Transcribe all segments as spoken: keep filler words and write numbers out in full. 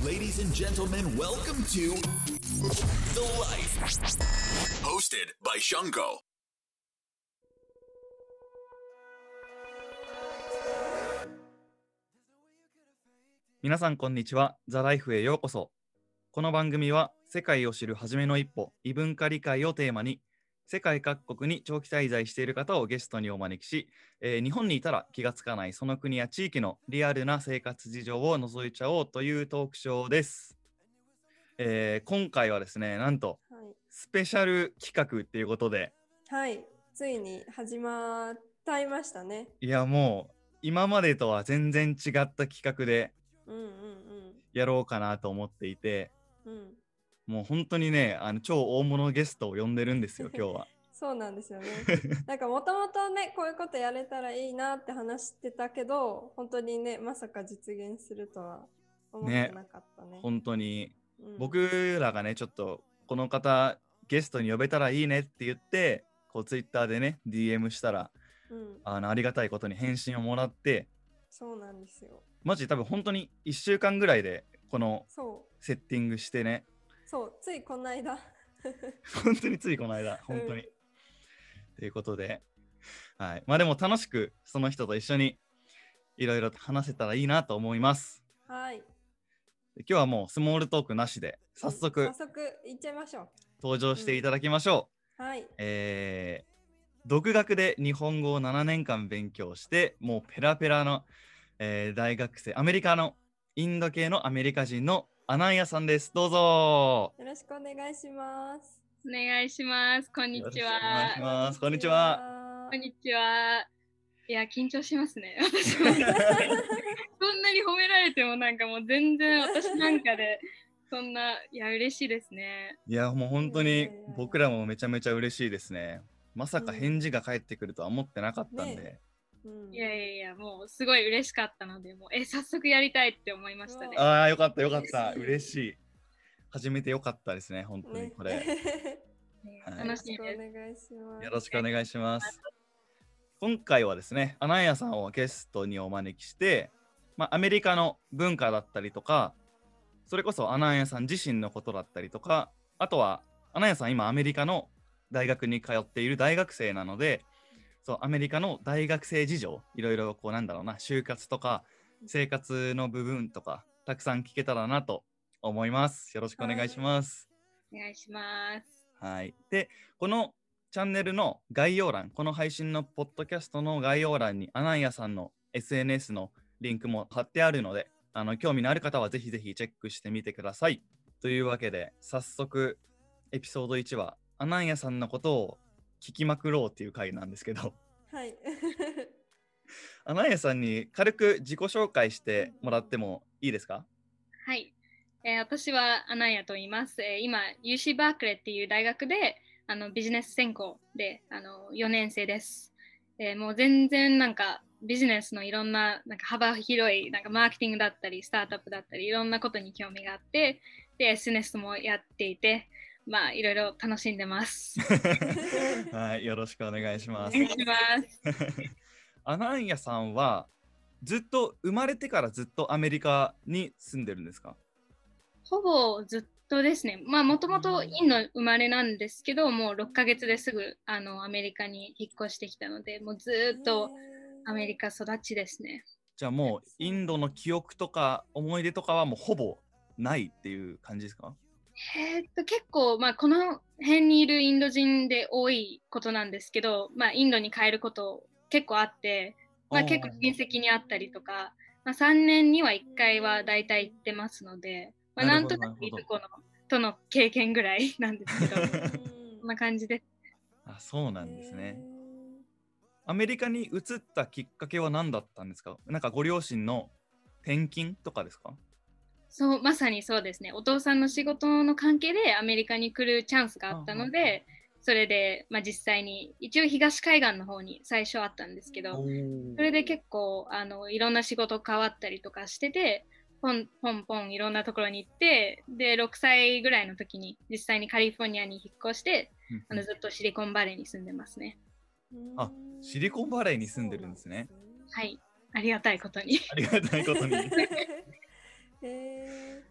Ladies and gentlemen, welcome to The Life. Hosted by Shungo. 皆さんこんにちは。ザ・ライフへようこそ。この番組は世界を知る初めの一歩、異文化理解をテーマに、世界各国に長期滞在している方をゲストにお招きし、えー日本にいたら気がつかないその国や地域のリアルな生活事情を覗いちゃおうというトークショーです。えー今回はですね、なんとはい、 スペシャル企画っていうことで、 はい、ついに始まったいましたね。 いやもう今までとは全然違った企画でうんうんやろうかなと思っていて、 うんうん。 もう本当にね、あの超大物ゲストを呼んでるんですよ、今日は。 そうなんですよね。なんかもともとね、こういうことやれたらいいなって話してたけど、本当にね、まさか実現するとは思ってなかったね。 本当に、 うん、 僕らがね、ちょっとこの方ゲストに呼べたらいいねって言って、こうツイッターでね、ディーエム したら、 うん、 あのありがたいことに返信をもらって、 そうなんですよ。 マジ多分本当にいっしゅうかんぐらいでこのそう、 セッティングしてね、 そう、ついこの間。 本当についこの間、本当に。と、うん、いうことで、はい。まあでも楽しくその人と一緒にいろいろ話せたらいいなと思います。 はい。 今日はもうスモールトークなしで早速、 うん、早速いっちゃいましょう。 登場していただきましょう。 うん、はい。 えー、独学で日本語をななねんかん勉強してもうペラペラの、えー、大学生、アメリカのインド系のアメリカ人のアナンヤさんです。どうぞよろしくお願いします。 お願いします。こんにちは。 お願いします。こんにちは。 こんにちは。いや、緊張しますね。私もそんなに褒められてもなんかもう全然私なんかでそんな、いや嬉しいですね。 いやもう本当に僕らもめちゃめちゃ嬉しいですね。まさか返事が返ってくるとは思ってなかったんで、 ね、うん、 いやいやいや、もうすごい嬉しかったので、もうえ早速やりたいって思いましたね。 ああよかったよかった嬉しい。始めてよかったですね本当にこれ、 ねはい、 楽しみです。 お願いします。 よろしくお願いします。今回はですね、アナンヤさんをゲストにお招きして、まあ、アメリカの文化だったりとか、それこそアナンヤさん自身のことだったりとか、あとはアナンヤさん今アメリカの大学に通っている大学生なので、そうアメリカの大学生事情、いろいろこうなんだろうな、就活とか生活の部分とかたくさん聞けたらなと思います。よろしくお願いします。 お願いします。 はい。で、このチャンネルの概要欄、この配信のポッドキャストの概要欄にアナンヤさんの エスエヌエス のリンクも貼ってあるので、あの興味のある方はぜひぜひチェックしてみてください。というわけで、早速エピソードいちはアナンヤさんのことを聞きまくろうっていう回なんですけど、 はい。 アナンヤさんに軽く自己紹介してもらってもいいですか？ はい。えー、私はアナンヤと言います。えー、今 ユーシー バークレーっていう大学であのビジネス専攻であのよねん生です。えー、もう全然なんかビジネスのいろんな、なんか幅広いなんかマーケティングだったりスタートアップだったりいろんなことに興味があって、で エスエヌエス もやっていて、まあいろいろ楽しんでます。 はい、よろしくお願いします。 お願いします。 アナンヤさんはずっと生まれてからずっとアメリカに住んでるんですか？ ほぼずっとですね。まあもともとインド生まれなんですけど、もうろっかげつですぐあのアメリカに引っ越してきたので、もうずっとアメリカ育ちですね。 じゃあもうインドの記憶とか思い出とかはもうほぼないっていう感じですか？ えー、っと結構、まあ、この辺にいるインド人で多いことなんですけど、まあ、インドに帰ること結構あって、まあ、結構親戚に会ったりとか、まあ、さんねんにはいっかいは大体行ってますので、まあ、なんとなくいる子のとの経験ぐらいなんですけどこんな感じです。 あ、そうなんですね。アメリカに移ったきっかけは何だったんですか？なんかご両親の転勤とかですか？ そう、まさにそうですね。お父さんの仕事の関係でアメリカに来るチャンスがあったので、それで、まあ、実際に一応東海岸の方に最初あったんですけど、それで結構あのいろんな仕事変わったりとかしてて、ポンポンポンいろんなところに行って、でろくさいぐらいの時に実際にカリフォルニアに引っ越して、あのずっとシリコンバレーに住んでますね。 あ、シリコンバレーに住んでるんですね。 はい、ありがたいことに。 ありがたいことに。 へ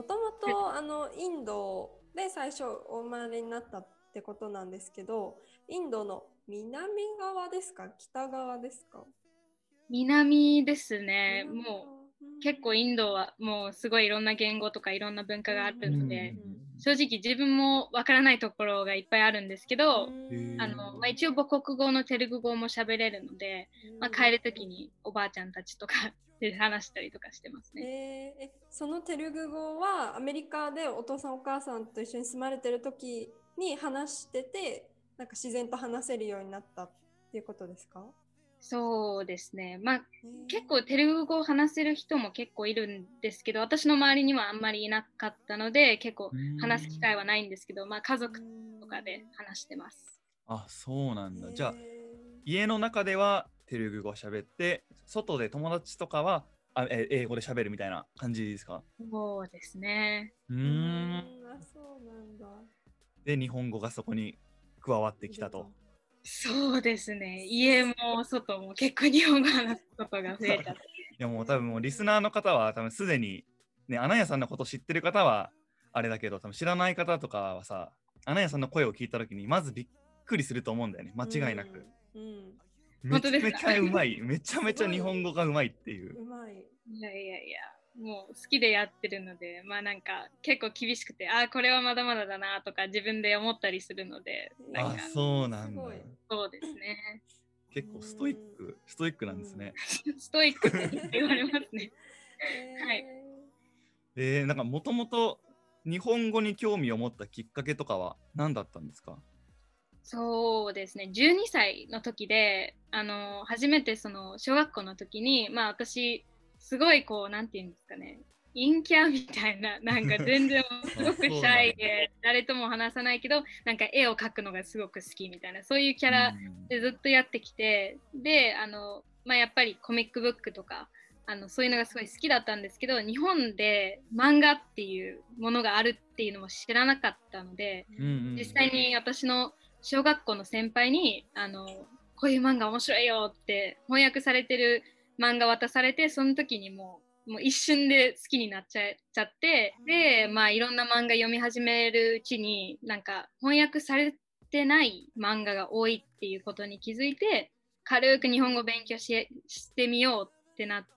ともとあのインドで最初お生まれになったってことなんですけど、インドの南側ですか、北側ですか？ 南ですね。 南側。 もう結構インドはもうすごいいろんな言語とかいろんな文化があるので、正直自分もわからないところがいっぱいあるんですけど、あのまあ、一応母国語のテルグ語も喋れるので、まあ、帰るときにおばあちゃんたちとかで話したりとかしてますね。 えー、えそのテルグ語はアメリカでお父さんお母さんと一緒に住まれてる時に話してて、なんか自然と話せるようになったっていうことですか？ そうですね。まあ結構テルグ語を話せる人も結構いるんですけど、私の周りにはあんまりいなかったので結構話す機会はないんですけど、まあ家族とかで話してます。 あ、そうなんだ。じゃあ家の中ではテルグ語を喋って、外で友達とかはあえ英語で喋るみたいな感じですか？ そうですね。 うーん。 あ、そうなんだ。 で日本語がそこに加わってきたと。 そうですね。家も外も結構日本語話すことが増えちゃって。 いやもう多分もうリスナーの方は多分すでにね、アナヤさんのこと知ってる方はあれだけど、多分知らない方とかはさ、アナヤさんの声を聞いた時にまずびっくりすると思うんだよね、間違いなく。 うん、うん、 めちゃめちゃうまい、めちゃめちゃ日本語がうまいっていう。 うまい。 いやいやいや。もう好きでやってるので、まあなんか結構厳しくて、ああこれはまだまだだなとか自分で思ったりするので、なんかあ、そうなんだ。 そうですね。 結構ストイック、ストイックなんですね。 ストイックって言われますね。はい。 えー、なんかもともと日本語に興味を持ったきっかけとかは何だったんですか？ そうですね、じゅうにさいの時で、あの初めてその小学校の時に、まあ私すごいこうなんていうんですかね、陰キャみたいな、なんか全然すごくシャイで誰とも話さないけど、なんか絵を描くのがすごく好きみたいな、そういうキャラでずっとやってきて、であの、まあ、やっぱりコミックブックとかあのそういうのがすごい好きだったんですけど、日本で漫画っていうものがあるっていうのも知らなかったので、うんうん、実際に私の小学校の先輩にあのこういう漫画面白いよって翻訳されてる漫画渡されて、その時にもう、もう一瞬で好きになっちゃちゃって、で、まあいろんな漫画読み始めるうちに、なんか翻訳されてない漫画が多いっていうことに気づいて、軽く日本語勉強ししてみようってなって、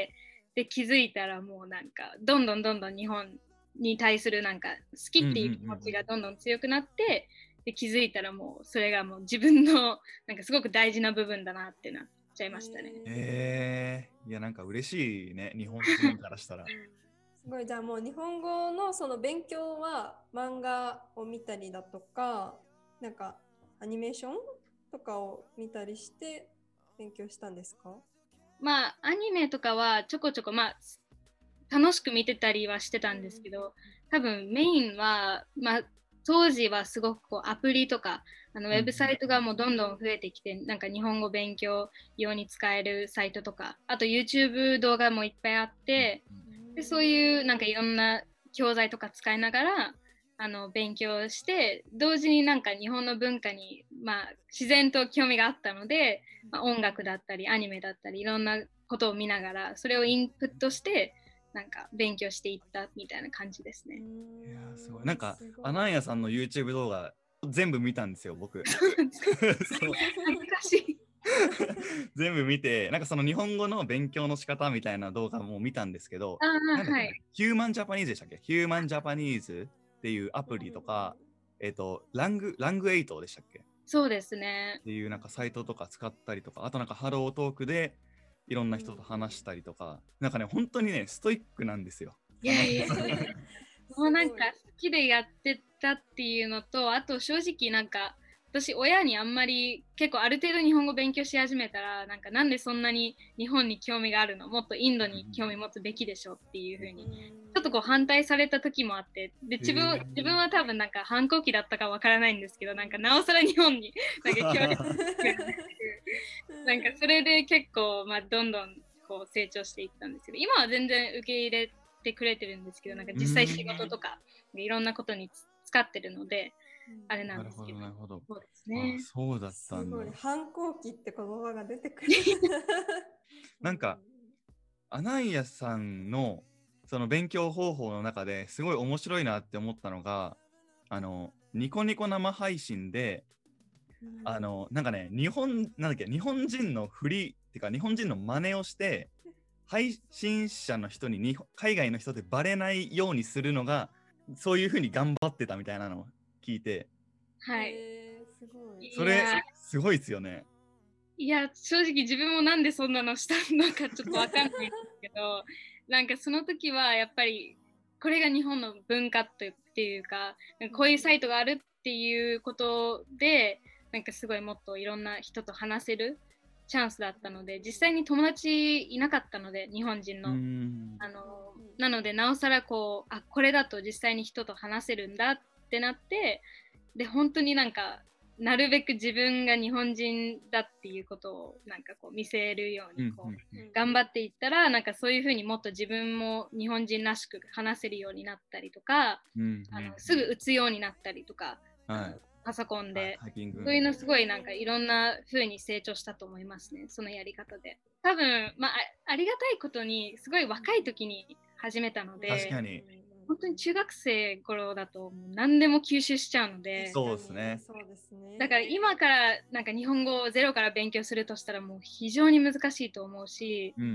で気づいたらもうなんかどんどんどんどん日本に対するなんか好きっていう気持ちがどんどん強くなって、で気づいたらもうそれがもう自分のなんかすごく大事な部分だなってなってちゃいましたね。 えー、いやなんか嬉しいね、日本人からしたら。 すごい。じゃあもう日本語のその勉強は漫画を見たりだとか、なんかアニメーションとかを見たりして勉強したんですか？ まあアニメとかはちょこちょこまあ楽しく見てたりはしてたんですけど、多分メインはまあ当時はすごくこうアプリとかあのウェブサイトがもうどんどん増えてきて、なんか日本語勉強用に使えるサイトとか、あと YouTube 動画もいっぱいあって、でそういうなんかいろんな教材とか使いながらあの勉強して、同時になんか日本の文化に、まあ、自然と興味があったので、まあ、音楽だったりアニメだったりいろんなことを見ながらそれをインプットしてなんか勉強していったみたいな感じですね。 いやすごい。なんかアナンヤさんの YouTube 動画全部見たんですよ僕。 そう恥ずかしい。 全部見て、なんかその日本語の勉強の仕方みたいな動画も見たんですけど、 あ、はい、 ヒューマンジャパニーズでしたっけ？ヒューマンジャパニーズっていうアプリとか、えっとラングラングエイトでしたっけ？ そうですね。 っていうなんかサイトとか使ったりとか、あとなんかハロートークでいろんな人と話したりとか、なんかね本当にねストイックなんですよ。 いやいやもうなんか好きでやってたっていうのと、あと正直なんか私親にあんまり結構ある程度日本語勉強し始めたら、なんかなんでそんなに日本に興味があるの、もっとインドに興味持つべきでしょっていう風にちょっとこう反対された時もあって、で自分自分は多分なんか反抗期だったかわからないんですけど、なんかなおさら日本になんか興味持つなんかそれで結構まあどんどんこう成長していったんですけど、今は全然受け入れてくれてるんですけど、なんか実際仕事とかいろんなことに使ってるので、あれなんですけど。 なるほど、なるほど。 そうですね。 あ、そうだったんだ。 すごい。反抗期って言葉が出てくる。 なんかアナンヤさんのその勉強方法の中ですごい面白いなって思ったのが、あのニコニコ生配信で、あのなんかね、日本なんだっけ日本人の振りっていうか日本人の真似をして配信者の人にに海外の人でバレないようにするのがそういう風に頑張ってたみたいなのを聞いて、 はい。 えー、すごい。 それすごいですよね。 いや、正直自分もなんでそんなのしたのかちょっとわかんないんですけど、なんかその時はやっぱりこれが日本の文化とっていうか、こういうサイトがあるっていうことで、なんかすごいもっといろんな人と話せるチャンスだったので、実際に友達いなかったので、日本人の。あのなので、なおさらこう、あ、これだと実際に人と話せるんだってなって、で、本当になんか、なるべく自分が日本人だっていうことをなんかこう見せるようにこう頑張っていったら、なんかそういうふうにもっと自分も日本人らしく話せるようになったりとか、あのすぐ打つようになったりとか、はい、パソコンで、そういうのすごいなんかいろんな風に成長したと思いますね、そのやり方で。多分、まあ、ありがたいことにすごい若い時に始めたので、 確かに本当に中学生頃だともう何でも吸収しちゃうので、 そうですね。 だから今からなんか日本語をゼロから勉強するとしたらもう非常に難しいと思うし、うんうんうん、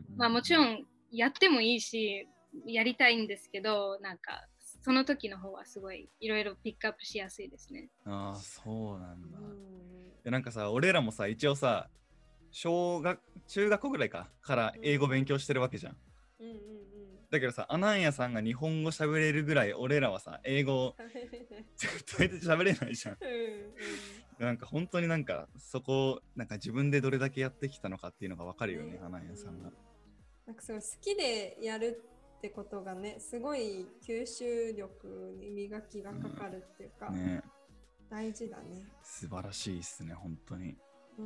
まあもちろんやってもいいしやりたいんですけど、なんかその時の方はすごいいろいろピックアップしやすいですね。 ああ、そうなんだ。でなんかさ、俺らもさ、一応さ、小学中学校ぐらいかから英語勉強してるわけじゃん。うんうんうん、だけどさ、アナンヤさんが日本語喋れるぐらい俺らはさ、英語全然喋れないじゃん。うん、なんか本当になんかそこなんか自分でどれだけやってきたのかっていうのが分かるよね、アナンヤさんが。 なんかすごい好きでやるってことがね、すごい吸収力に磨きがかかるっていうか、うんね、大事だね。 素晴らしいっすね、本当に。うん、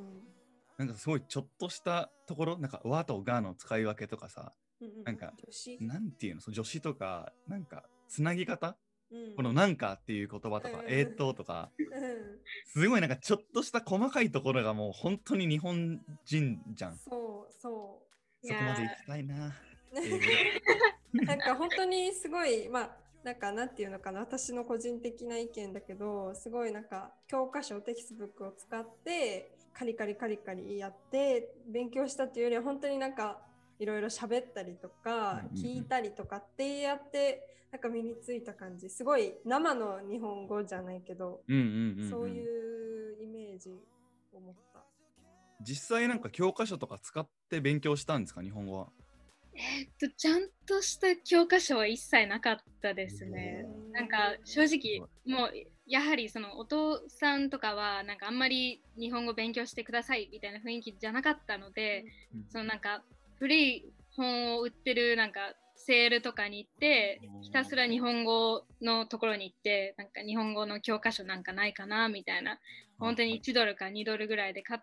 なんかすごいちょっとしたところ、なんか和とがの使い分けとかさ、うんうん、なんかなんていうの、その助詞とかなんかつなぎ方、うん、このなんかっていう言葉とか、うん、えーっととか、うん、すごいなんかちょっとした細かいところがもう本当に日本人じゃん。 そうそう。 そこまで行きたいな。 なんか本当にすごい、まあなんかなんていうのかな、私の個人的な意見だけど、すごいなんか教科書テキストブックを使ってカリカリカリカリやって勉強したっていうよりは、本当になんかいろいろ喋ったりとか聞いたりとかってやってなんか身についた感じ、すごい生の日本語じゃないけど、そういうイメージを持った。 実際なんか教科書とか使って勉強したんですか、日本語は。 えー、っとちゃんとした教科書は一切なかったですね。なんか正直もうやはりそのお父さんとかはなんかあんまり日本語勉強してくださいみたいな雰囲気じゃなかったので、うん、そのなんか古い本を売ってるなんかセールとかに行ってひたすら日本語のところに行ってなんか日本語の教科書なんかないかなみたいな、本当にいちドルかにドルぐらいで買って、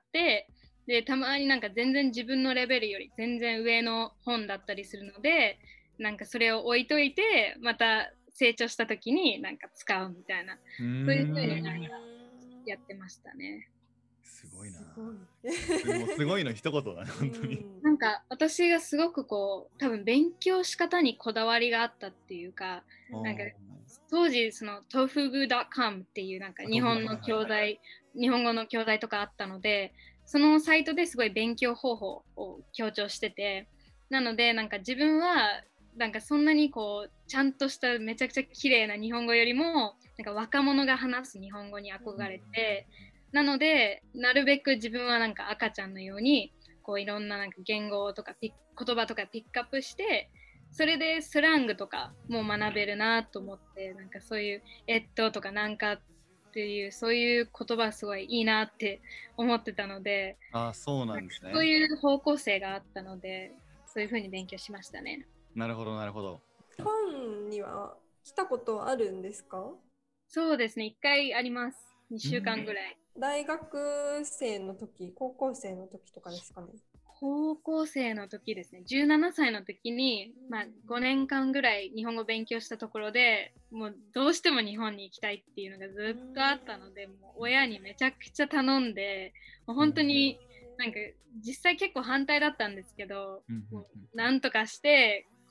でたまになんか全然自分のレベルより全然上の本だったりするので、なんかそれを置いといてまた成長した時になんか使うみたいな、そういうふうになんかやってましたね。 すごいな。すごい。もうすごいの一言だね、本当に。 なんか私がすごくこう多分勉強仕方にこだわりがあったっていうか、なんか当時その トフグ ドットコム っていうなんか日本の教材、日本語の教材とかあったので、そのサイトですごい勉強方法を強調してて、なのでなんか自分はなんかそんなにこうちゃんとしためちゃくちゃ綺麗な日本語よりもなんか若者が話す日本語に憧れて、なのでなるべく自分はなんか赤ちゃんのようにこういろんななんか言語とかピッ言葉とかピックアップして、それでスラングとかも学べるなと思って、なんかそういうえっととかなんかっていうそういう言葉すごいいいなって思ってたので、 あ、そうなんですね。 そういう方向性があったので、そういう風に勉強しましたね。 なるほどなるほど。 日本には来たことあるんですか？ そうですね、いっかいあります。にしゅうかんぐらい。 大学生の時、高校生の時とかですかね？ 高校生の時ですね、じゅうななさいの時に、まあ、ごねんかんぐらい日本語勉強したところで、もうどうしても日本に行きたいっていうのがずっとあったので、もう親にめちゃくちゃ頼んで、もう本当になんか実際結構反対だったんですけど、もうなんとかして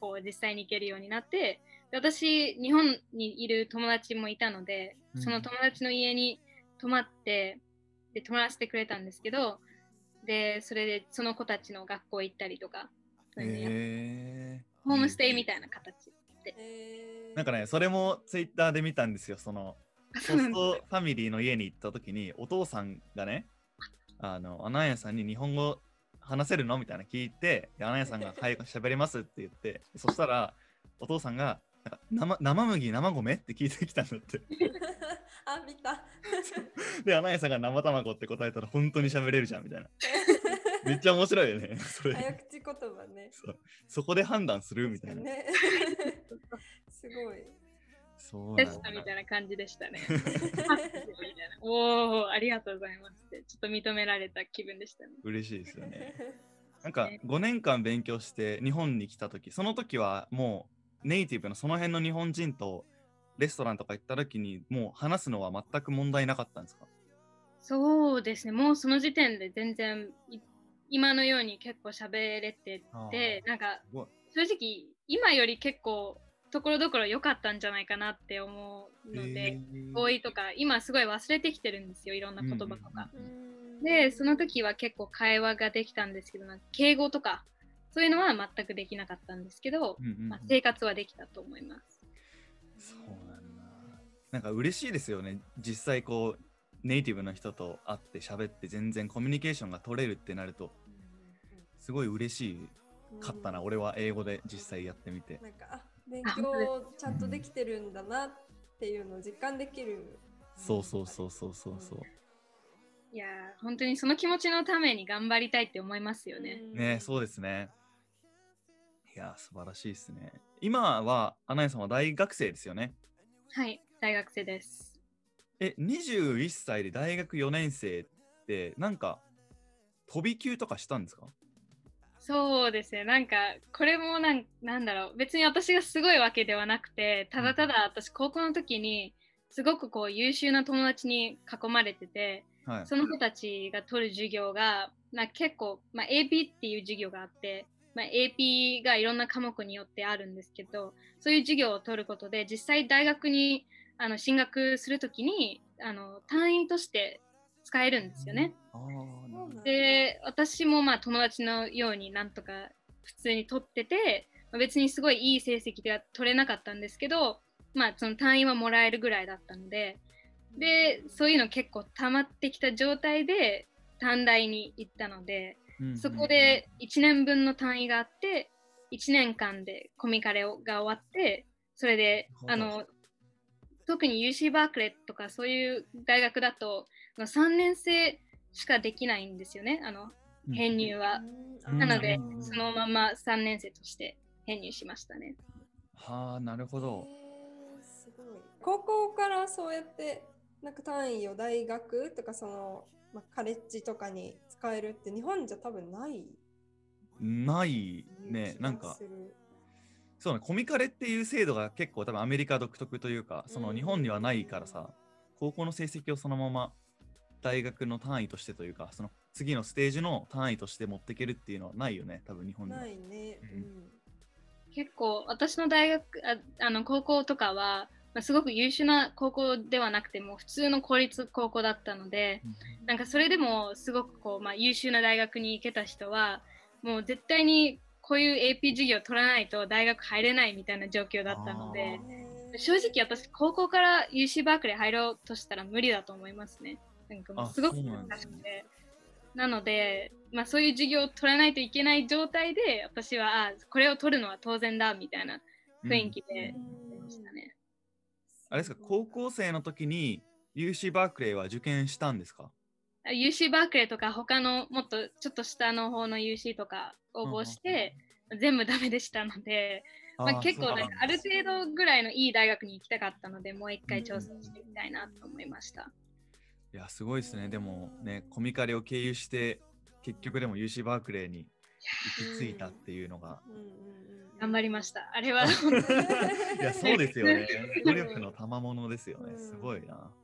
こう実際に行けるようになって、で私日本にいる友達もいたので、その友達の家に泊まってで泊まらせてくれたんですけど、でそれでその子たちの学校行ったりとか、そういうのやってへホームステイみたいな形で、 えー、 なんかね、それもツイッターで見たんですよ。そのホスあそうなんですトファミリーの家に行った時に、お父さんがね、あのアナヤさんに日本語話せるのみたいな聞いて、でアナヤさんがはい喋りますって言って、そしたらお父さんがなんか 生, 生麦生米って聞いてきたんだってあ、見た。 でアナヤさんが生卵って答えたら本当に喋れるじゃんみたいな。めっちゃ面白いよねそれ。 早口言葉ね。 そうそこで判断するみたいな、 ね、すごい。 そうテストなんだみたいな感じでしたね。みたいなおー、ありがとうございますって、ちょっと認められた気分でしたね。 嬉しいですよね。なんかごねんかん勉強して日本に来た時、その時はもうネイティブのその辺の日本人とレストランとか行った時にもう話すのは全く問題なかったんですか？ そうですね、もうその時点で全然い今のように結構喋れてて、なんかすごい正直今より結構ところどころ良かったんじゃないかなって思うので、語彙とか今すごい忘れてきてるんですよ、いろんな言葉とか。で、その時は結構会話ができたんですけど、なんか敬語とかそういうのは全くできなかったんですけど、 うんうんうんまあ、生活はできたと思います。 そうなんだ。なんか嬉しいですよね。実際こうネイティブの人と会って喋って全然コミュニケーションが取れるってなるとすごい嬉しかったな、 うん、 俺は英語で実際やってみて。 なんかあ勉強ちゃんとできてるんだなっていうのを実感できる。 そうそうそうそうそうそう。 いやー、本当にその気持ちのために頑張りたいって思いますよね。 ね、そうですね。いや、素晴らしいですね。今はアナヤさんは大学生ですよね。 はい、大学生です。 え、にじゅういっさいで大学よねん生ってなんか飛び級とかしたんですか？ そうですね、なんかこれもなんなんだろう、別に私がすごいわけではなくて、ただただ私高校の時にすごくこう優秀な友達に囲まれてて、 はい、 その子たちが取る授業がな結構、まあ、エーピー っていう授業があって、まあ、エーピー がいろんな科目によってあるんですけど、そういう授業を取ることで実際大学にあの進学するときにあの単位として使えるんですよね。 あー、 で、私もまあ友達のようになんとか普通に取ってて、別にすごいいい成績では取れなかったんですけど、まあその単位はもらえるぐらいだったので、で、そういうの結構溜まってきた状態で短大に行ったので、 うんうんうん、 そこでいちねんぶんの単位があって、いちねんかんでコミカレが終わって、それで、あの、特に ユーシー バークレーとかそういう大学だとさんねん生しかできないんですよね、あの編入は。 うん、 なので、そのままさんねん生として編入しましたね。 はあ、なるほど。 えー、すごい。高校からそうやってなんか単位を大学とかその、まあ、カレッジとかに使えるって日本じゃ多分ないないね。なんかそうね、コミカレっていう制度が結構多分アメリカ独特というか、その日本にはないからさ、高校の成績をそのまま大学の単位としてというか、その次のステージの単位として持っていけるっていうのはないよね、多分日本には。 ないね。うん、 結構私の大学ああの高校とかは、まあ、すごく優秀な高校ではなくても普通の公立高校だったので、うん、なんかそれでもすごくこう、まあ、優秀な大学に行けた人はもう絶対にこういう エーピー 授業を取らないと大学入れないみたいな状況だったので、正直私高校から ユーシー バークレー入ろうとしたら無理だと思いますね。なんかもうすごく難しくて、なので、まあ、そういう授業を取らないといけない状態で私はあこれを取るのは当然だみたいな雰囲気でやりましたね。 あれですか、高校生の時に ユーシー バークレーは受験したんですか？ ユーシー バークレーとか他のもっとちょっと下の方の ユーシー とか応募して、うん、全部ダメでしたので、まあ、結構なんかある程度ぐらいのいい大学に行きたかったのでもう一回挑戦してみたいなと思いました。 いやすごいですね。でもね、コミカレを経由して結局でも ユーシー バークレーに行き着いたっていうのが頑張りました。あれはいやそうですよね。努力の賜物ですよね。すごいな。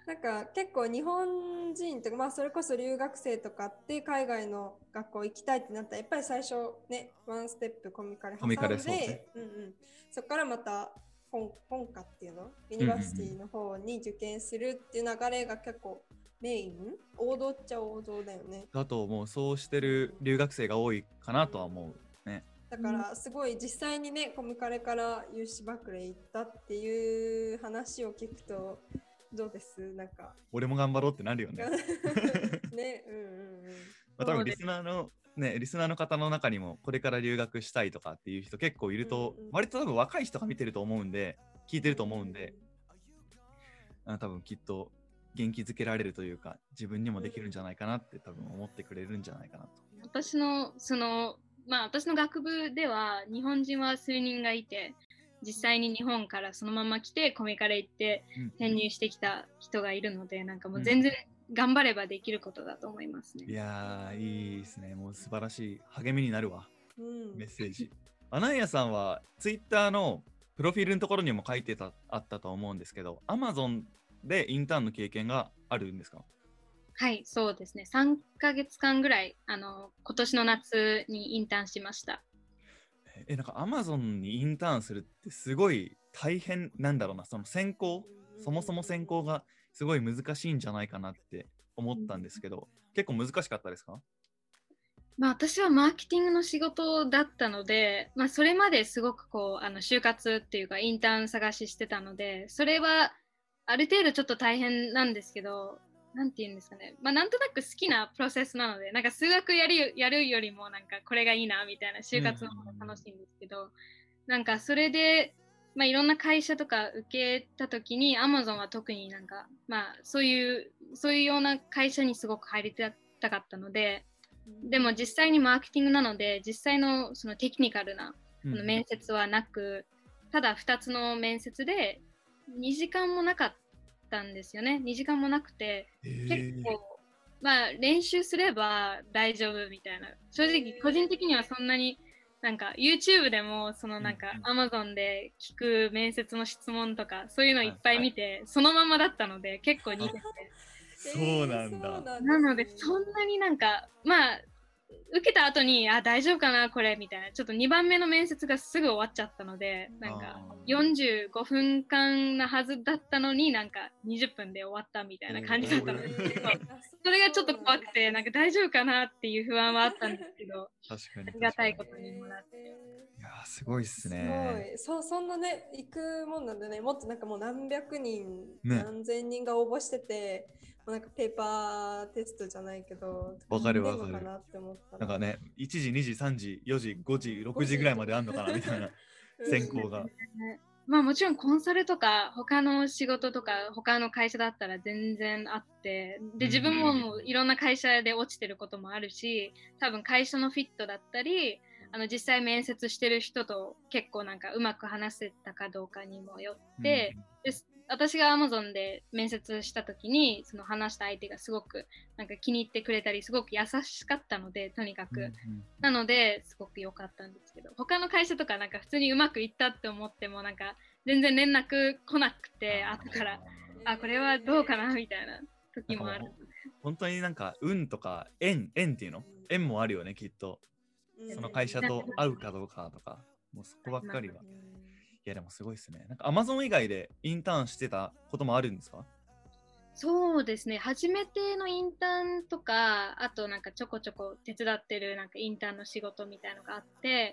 なんか結構日本人とか、まあ、それこそ留学生とかって海外の学校行きたいってなったらやっぱり最初ねワンステップコミカレ挟んで、 コミカレそうねうんうん、そこからまた本本科っていうのユニバーシティの方に受験するっていう流れが結構メイン王道っちゃ王道だよね。 だともうそうしてる留学生が多いかなとは思うね。 だからすごい実際にねコミカレからユーシバクレ行ったっていう話を聞くとどうですなんか俺も頑張ろうってなるよね。 ねうんうんうんまあ、多分リスナーのねリスナーの方の中にもこれから留学したいとかっていう人結構いると、 うんうん、 割と多分若い人が見てると思うんで聞いてると思うんで、うん、あ多分きっと元気づけられるというか自分にもできるんじゃないかなって多分思ってくれるんじゃないかなと。 私のそのまあ私の学部では日本人は数人がいて実際に日本からそのまま来てコミカレ行って転入してきた人がいるので、うん、なんかもう全然頑張ればできることだと思いますね。 いやーいいですね。もう素晴らしい励みになるわ、 うん、 メッセージ。アナイアさんはツイッターのプロフィールのところにも書いてたあったと思うんですけど Amazon でインターンの経験があるんですか？ はい、そうですね。さんかげつかんぐらいあの今年の夏にインターンしました。 え、なんか Amazon にインターンするってすごい大変なんだろうな。その選考、そもそも選考がすごい難しいんじゃないかなって思ったんですけど、結構難しかったですか？ まあ、私はマーケティングの仕事だったので、まあ、それまですごくこうあの就活っていうかインターン探ししてたので、それはある程度ちょっと大変なんですけど、なんて言うんですかね、まあ、なんとなく好きなプロセスなので、なんか数学やる、やるよりもなんかこれがいいなみたいな就活の方が楽しいんですけど、うん、なんかそれで、まあ、いろんな会社とか受けたときに Amazon は特になんか、まあ、そういうそういうような会社にすごく入りたかったので、でも実際にマーケティングなので実際のそのテクニカルなこの面接はなく、うん、ただふたつの面接でにじかんもなかったんですよね。にじかんもなくて、結構まあ練習すれば大丈夫みたいな。正直個人的にはそんなになんか YouTube でもそのなんか Amazon で聞く面接の質問とかそういうのいっぱい見てそのままだったので結構似てて。 そうなんだ。 えー、なのでそんなになんかまあ受けた後にあ大丈夫かなこれみたいなちょっとにばんめの面接がすぐ終わっちゃったのでなんかよんじゅうごふんかんなはずだったのになんかにじゅっぷんで終わったみたいな感じだったので、それがちょっと怖くてなんか大丈夫かなっていう不安はあったんですけど確かにありがたいことにもらって。 いやすごいっすね。 すごい。そそんなね行くもんなんでね、もっとなんかもう何百人、ね、何千人が応募しててなんかペーパーテストじゃないけどわかるわかる。なんかねいちじにじさんじよじごじろくじぐらいまであんのかなみたいな選考が。 まあもちろんコンサルとか他の仕事とか他の会社だったら全然あってで自分ももういろんな会社で落ちてることもあるし多分会社のフィットだったりあの実際面接してる人と結構なんかうまく話せたかどうかにもよって、うん、で私が Amazon で面接した時にその話した相手がすごくなんか気に入ってくれたりすごく優しかったのでとにかく、うんうん、なのですごく良かったんですけど他の会社とかなんか普通にうまくいったって思ってもなんか全然連絡来なくて後からあこれはどうかなみたいな時もある。 本当になんか運とか縁縁っていうの縁もあるよねきっと。その会社と合うかどうかとかもうそこばっかりは。いやでもすごいですね。なんか Amazon 以外でインターンしてたこともあるんですか？ そうですね。初めてのインターンとか、あとなんかちょこちょこ手伝ってるなんかインターンの仕事みたいのがあって、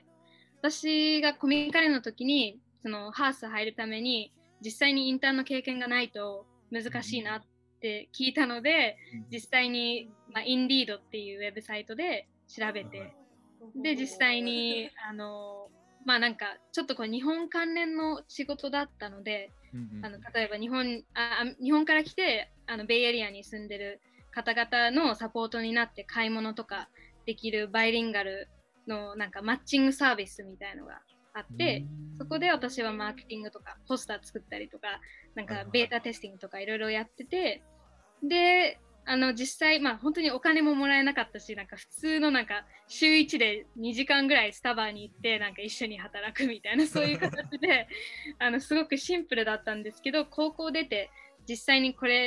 私がコミカレの時にそのハース入るために実際にインターンの経験がないと難しいなって聞いたので、実際に、まあ、インリードっていうウェブサイトで調べて、で実際にあのまあなんかちょっとこう日本関連の仕事だったので、うんうん、あの例えば日本あ日本から来てあのベイエリアに住んでる方々のサポートになって買い物とかできるバイリンガルのなんかマッチングサービスみたいのがあって、そこで私はマーケティングとかポスター作ったりとかなんかベータテスティングとかいろいろやってて、であの実際まあ本当にお金ももらえなかったしなんか普通のなんか週いちでにじかんぐらいスタバに行ってなんか一緒に働くみたいなそういう形であのすごくシンプルだったんですけど高校出て実際にこれ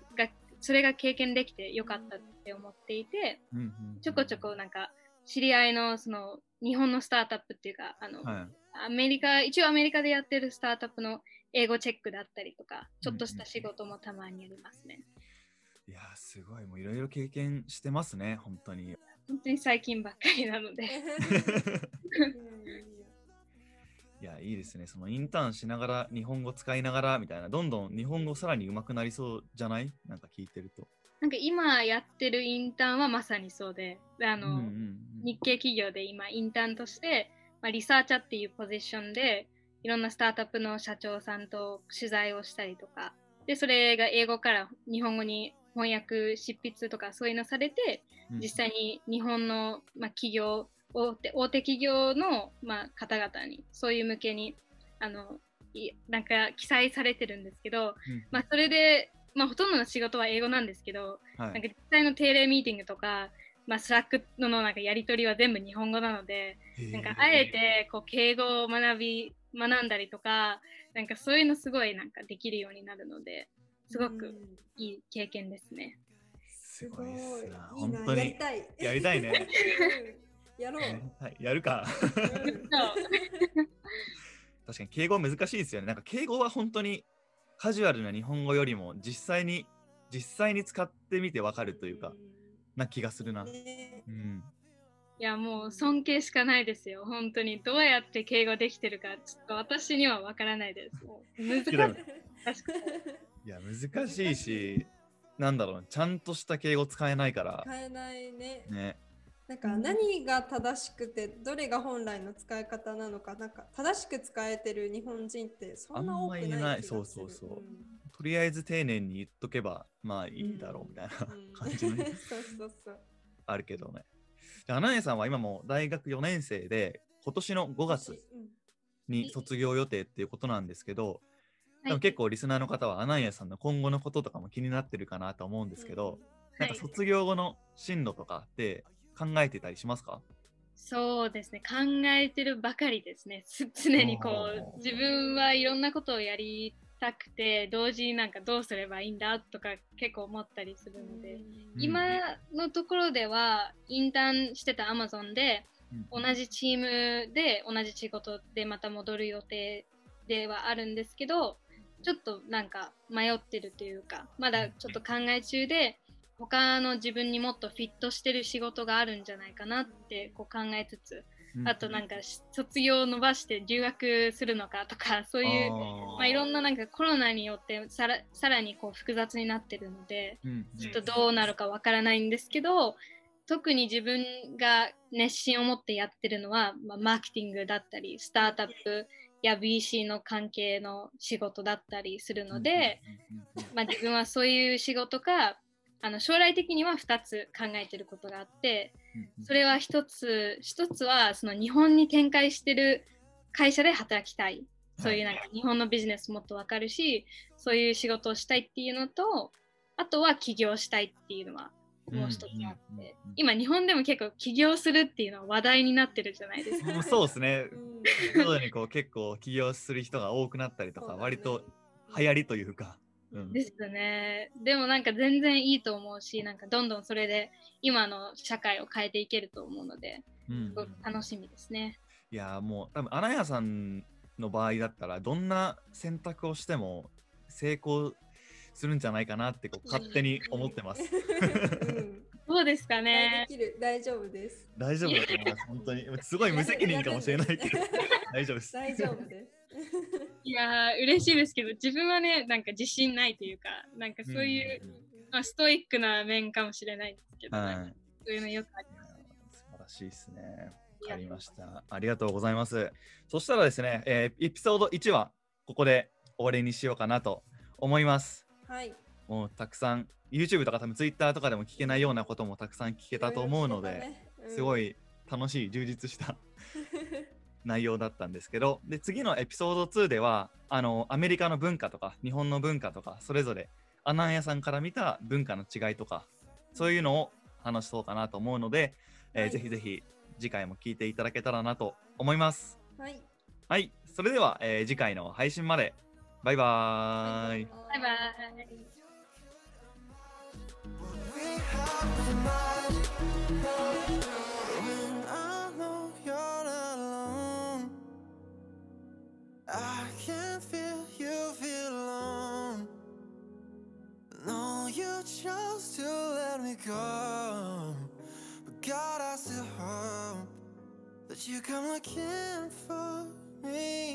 がそれが経験できてよかったって思っていて、 うんうん、 ちょこちょこなんか知り合いのその日本のスタートアップっていうか、あの、はい、アメリカ一応アメリカでやってるスタートアップの英語チェックだったりとか、ちょっとした仕事もたまにありますね。 うんうん、いやすごい、もういろいろ経験してますね、本当に。 本当に最近ばっかりなので。 いや、いいですね。そのインターンしながら日本語使いながらみたいな、どんどん日本語さらに上手くなりそうじゃない？なんか聞いてると。 なんか今やってるインターンはまさにそうで、あの、うんうんうん、日系企業で今インターンとして、まあ、リサーチャーっていうポジションでいろんなスタートアップの社長さんと取材をしたりとか、でそれが英語から日本語に翻訳執筆とかそういうのされて、実際に日本の、まあ、企業大手、大手企業の、まあ、方々にそういう向けにあのいなんか記載されてるんですけど、うん、まあ、それでまあ、ほとんどの仕事は英語なんですけど、はい、なんか実際の定例ミーティングとか、まあ、スラックのなんかやり取りは全部日本語なので、なんかあえてこう敬語を学び学んだりとか、なんかそういうのすごいなんかできるようになるので、すごくいい経験ですね。 すごいですな、本当にやりたい。やりたいね。 やろう。 はい、やるか。確かに敬語難しいですよね。なんか敬語は本当にカジュアルな日本語よりも実際に実際に使ってみてわかるというか、な気がするな。うん、 いやもう尊敬しかないですよ。本当にどうやって敬語できてるかちょっと私にはわからないです。難しい。 いや難しいし、なんだろう、ちゃんとした敬語使えないから。 使えないね。 ね。 なんか何が正しくてどれが本来の使い方なのか、なんか正しく使えてる日本人ってそんな多くない気がする。あんまりいない。 そうそうそう、うん、とりあえず丁寧に言っとけばまあいいだろうみたいな、うん、感じのそうそうそうあるけどね。じゃあアナエさんは今も大学よねん生で今年のごがつに卒業予定っていうことなんですけど、はい、でも結構リスナーの方はアナエさんの今後のこととかも気になってるかなと思うんですけど、うん、なんか卒業後の進路とかって考えてたりしますか？ そうですね、考えてるばかりですね。常にこう自分はいろんなことをやりたくて、同時になんかどうすればいいんだとか結構思ったりするので、うん、今のところではインターンしてた Amazon で、うん、同じチームで同じ仕事でまた戻る予定ではあるんですけど、ちょっとなんか迷ってるというか、まだちょっと考え中で、他の自分にもっとフィットしてる仕事があるんじゃないかなってこう考えつつ、うん、あとなんか卒業を伸ばして留学するのかとか、そういうまあ、いろんななんかコロナによってさら、さらにこう複雑になってるので、うん、ちょっとどうなるかわからないんですけど、特に自分が熱心を持ってやってるのは、まあ、マーケティングだったりスタートアップや ビーシー の関係の仕事だったりするので、まあ、自分はそういう仕事かあの将来的にはふたつ考えてることがあって、それはひとつ、一つはその日本に展開してる会社で働きたい、そういうなんか日本のビジネスもっと分かるし、そういう仕事をしたいっていうのと、あとは起業したいっていうのはもう一つあって、今日本でも結構起業するっていうのは話題になってるじゃないですか。 そうですね。徐々にこう結構起業する人が多くなったりとか、割と流行りというか。うん、 ですね。でもなんか全然いいと思うし、なんかどんどんそれで今の社会を変えていけると思うので、すごく楽しみですね。 いやもう多分アナヤさんの場合だったらどんな選択をしても成功するんじゃないかなってこう勝手に思ってます。 そうですかね。 できる、大丈夫です。 大丈夫だと思います。本当にすごい無責任かもしれないけど大丈夫です。 大丈夫です。 いやー嬉しいですけど、自分はねなんか自信ないというか、なんかそういう、うんまあ、ストイックな面かもしれないですけど、はい、そういうのよくあります。 素晴らしいですね。わかりました。ありがとうございます。そしたらですね、えー、エピソードいちはここで終わりにしようかなと思います。 はい。 もうたくさん YouTube とか多分 Twitter とかでも聞けないようなこともたくさん聞けたと思うので、ねうん、すごい楽しい充実した内容だったんですけど、で次のエピソードにではあのアメリカの文化とか日本の文化とかそれぞれアナンヤさんから見た文化の違いとかそういうのを話そうかなと思うので、えーはい、ぜひぜひ次回も聞いていただけたらなと思います。 はい、 はい、それでは、えー、次回の配信までバイバーイ。 バイバーイ。 with your magic. When I know you're not alone, I can feel you feel alone. No, you chose to let me go, but God, I still hope that you come looking for me